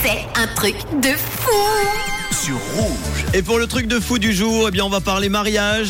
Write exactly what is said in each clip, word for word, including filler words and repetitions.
C'est un truc de fou. Sur Rouge. Et pour le truc de fou du jour, eh bien on va parler mariage.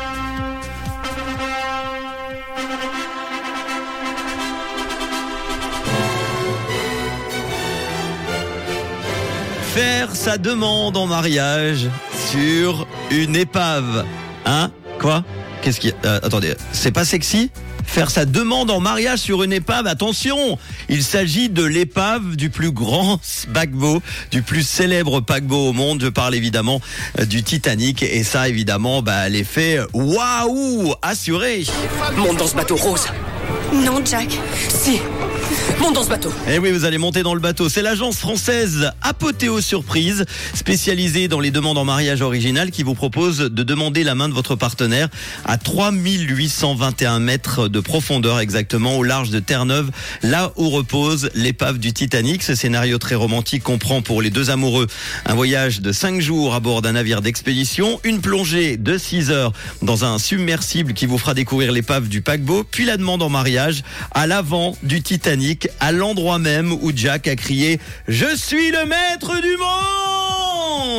Faire sa demande en mariage sur une épave. Hein? Quoi? Qu'est-ce qui... Euh, attendez, c'est pas sexy? Faire sa demande en mariage sur une épave, attention, il s'agit de l'épave du plus grand paquebot, du plus célèbre paquebot au monde. Je parle évidemment du Titanic, et ça évidemment, bah, l'effet waouh assuré. Monte dans ce bateau, Rose. Non, Jack. Si. Monte dans ce bateau. Eh oui, vous allez monter dans le bateau. C'est l'agence française Apothéo Surprise, spécialisée dans les demandes en mariage originales, qui vous propose de demander la main de votre partenaire à trois mille huit cent vingt et un mètres de profondeur exactement, au large de Terre-Neuve, là où repose l'épave du Titanic. Ce scénario très romantique comprend pour les deux amoureux un voyage de cinq jours à bord d'un navire d'expédition, une plongée de six heures dans un submersible qui vous fera découvrir l'épave du paquebot, puis la demande en mariage à l'avant du Titanic, à l'endroit même où Jack a crié « Je suis le maître du monde !»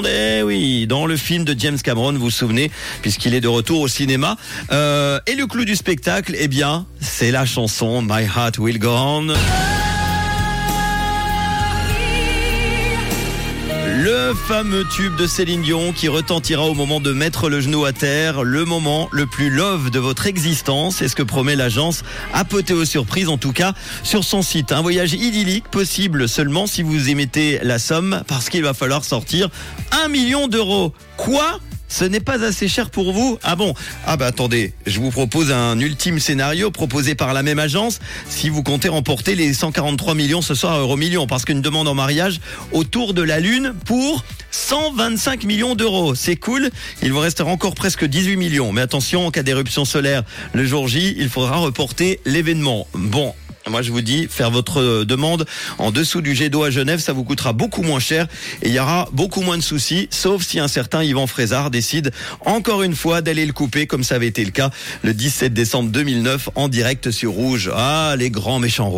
Eh oui, dans le film de James Cameron, vous vous souvenez, puisqu'il est de retour au cinéma. Euh, et le clou du spectacle, eh bien, c'est la chanson « My Heart Will Go On ». Le fameux tube de Céline Dion qui retentira au moment de mettre le genou à terre, le moment le plus love de votre existence. C'est ce que promet l'agence Apothéo Surprise, en tout cas sur son site. Un voyage idyllique possible seulement si vous émettez la somme, parce qu'il va falloir sortir un million d'euros. Quoi ? Ce n'est pas assez cher pour vous? Ah bon? Ah bah attendez, je vous propose un ultime scénario proposé par la même agence si vous comptez remporter les cent quarante-trois millions ce soir à Euromillions, parce qu'une demande en mariage autour de la Lune pour cent vingt-cinq millions d'euros. C'est cool, il vous restera encore presque dix-huit millions. Mais attention, en cas d'éruption solaire le jour J, il faudra reporter l'événement. Bon, moi je vous dis, faire votre demande en dessous du jet d'eau à Genève, ça vous coûtera beaucoup moins cher et il y aura beaucoup moins de soucis, sauf si un certain Yvan Frézard décide encore une fois d'aller le couper, comme ça avait été le cas le dix-sept décembre deux mille neuf en direct sur Rouge. Ah, les grands méchants rouges.